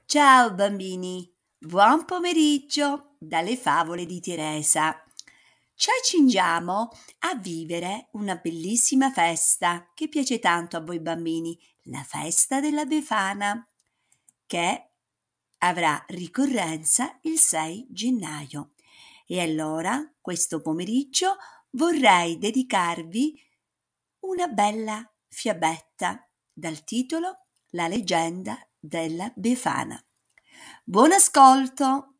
Ciao bambini, buon pomeriggio dalle favole di Teresa. Ci accingiamo a vivere una bellissima festa che piace tanto a voi bambini, la festa della Befana, che avrà ricorrenza il 6 gennaio. E allora, questo pomeriggio, vorrei dedicarvi una bella fiabetta dal titolo La leggenda della Befana. Buon ascolto!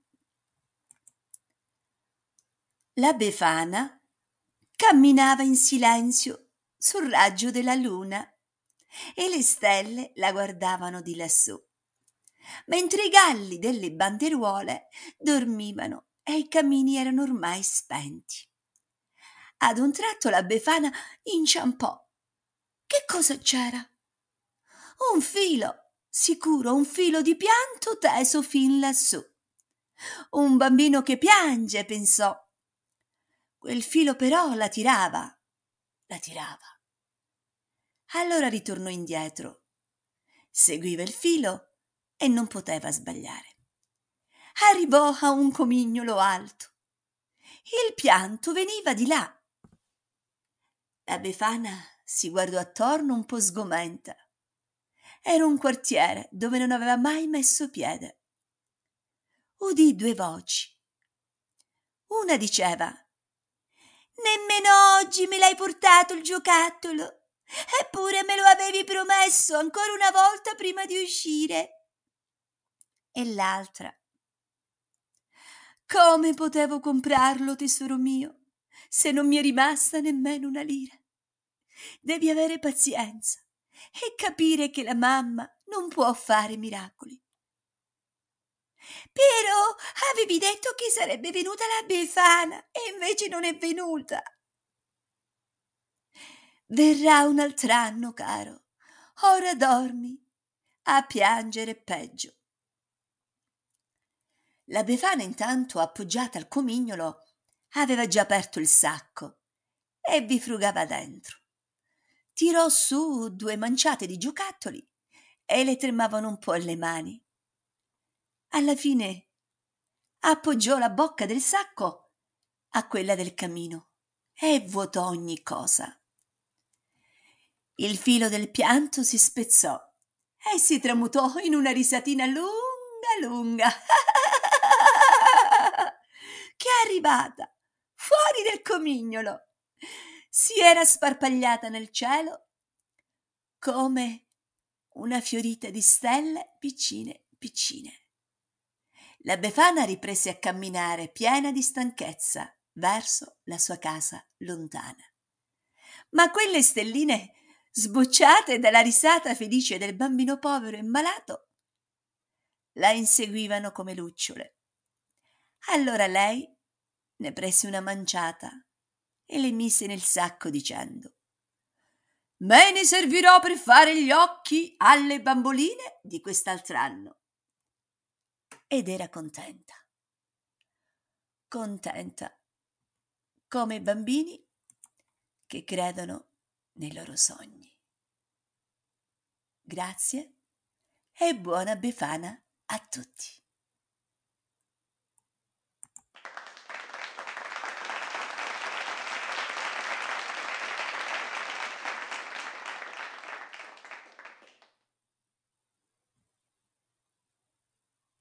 La Befana camminava in silenzio sul raggio della luna e le stelle la guardavano di lassù, mentre i galli delle banderuole dormivano e i camini erano ormai spenti. Ad un tratto la Befana inciampò. Che cosa c'era? Un filo, sicuro, un filo di pianto teso fin lassù. Un bambino che piange, pensò. Quel filo però la tirava, la tirava. Allora ritornò indietro, seguiva il filo e non poteva sbagliare. Arrivò a un comignolo alto. Il pianto veniva di là. La Befana si guardò attorno un po' sgomenta. Era un quartiere dove non aveva mai messo piede. Udì due voci. Una diceva: Nemmeno oggi me l'hai portato il giocattolo. Eppure me lo avevi promesso ancora una volta prima di uscire. E l'altra: Come potevo comprarlo, tesoro mio, se non mi è rimasta nemmeno una lira? Devi avere pazienza e capire che la mamma non può fare miracoli. Però avevi detto che sarebbe venuta la Befana e invece non è venuta. Verrà un altr'anno, caro. Ora dormi. A piangere peggio. La Befana intanto, appoggiata al comignolo, aveva già aperto il sacco e vi frugava dentro. Tirò su due manciate di giocattoli e le tremavano un po' le mani. Alla fine appoggiò la bocca del sacco a quella del camino e vuotò ogni cosa. Il filo del pianto si spezzò e si tramutò in una risatina lunga, lunga, che è arrivata fuori del comignolo. Si era sparpagliata nel cielo come una fiorita di stelle piccine, piccine. La Befana riprese a camminare piena di stanchezza verso la sua casa lontana. Ma quelle stelline, sbocciate dalla risata felice del bambino povero e malato, la inseguivano come lucciole. Allora lei ne prese una manciata e le mise nel sacco dicendo: Me ne servirò per fare gli occhi alle bamboline di quest'altr'anno. Ed era contenta, contenta come i bambini che credono nei loro sogni. Grazie e buona Befana a tutti.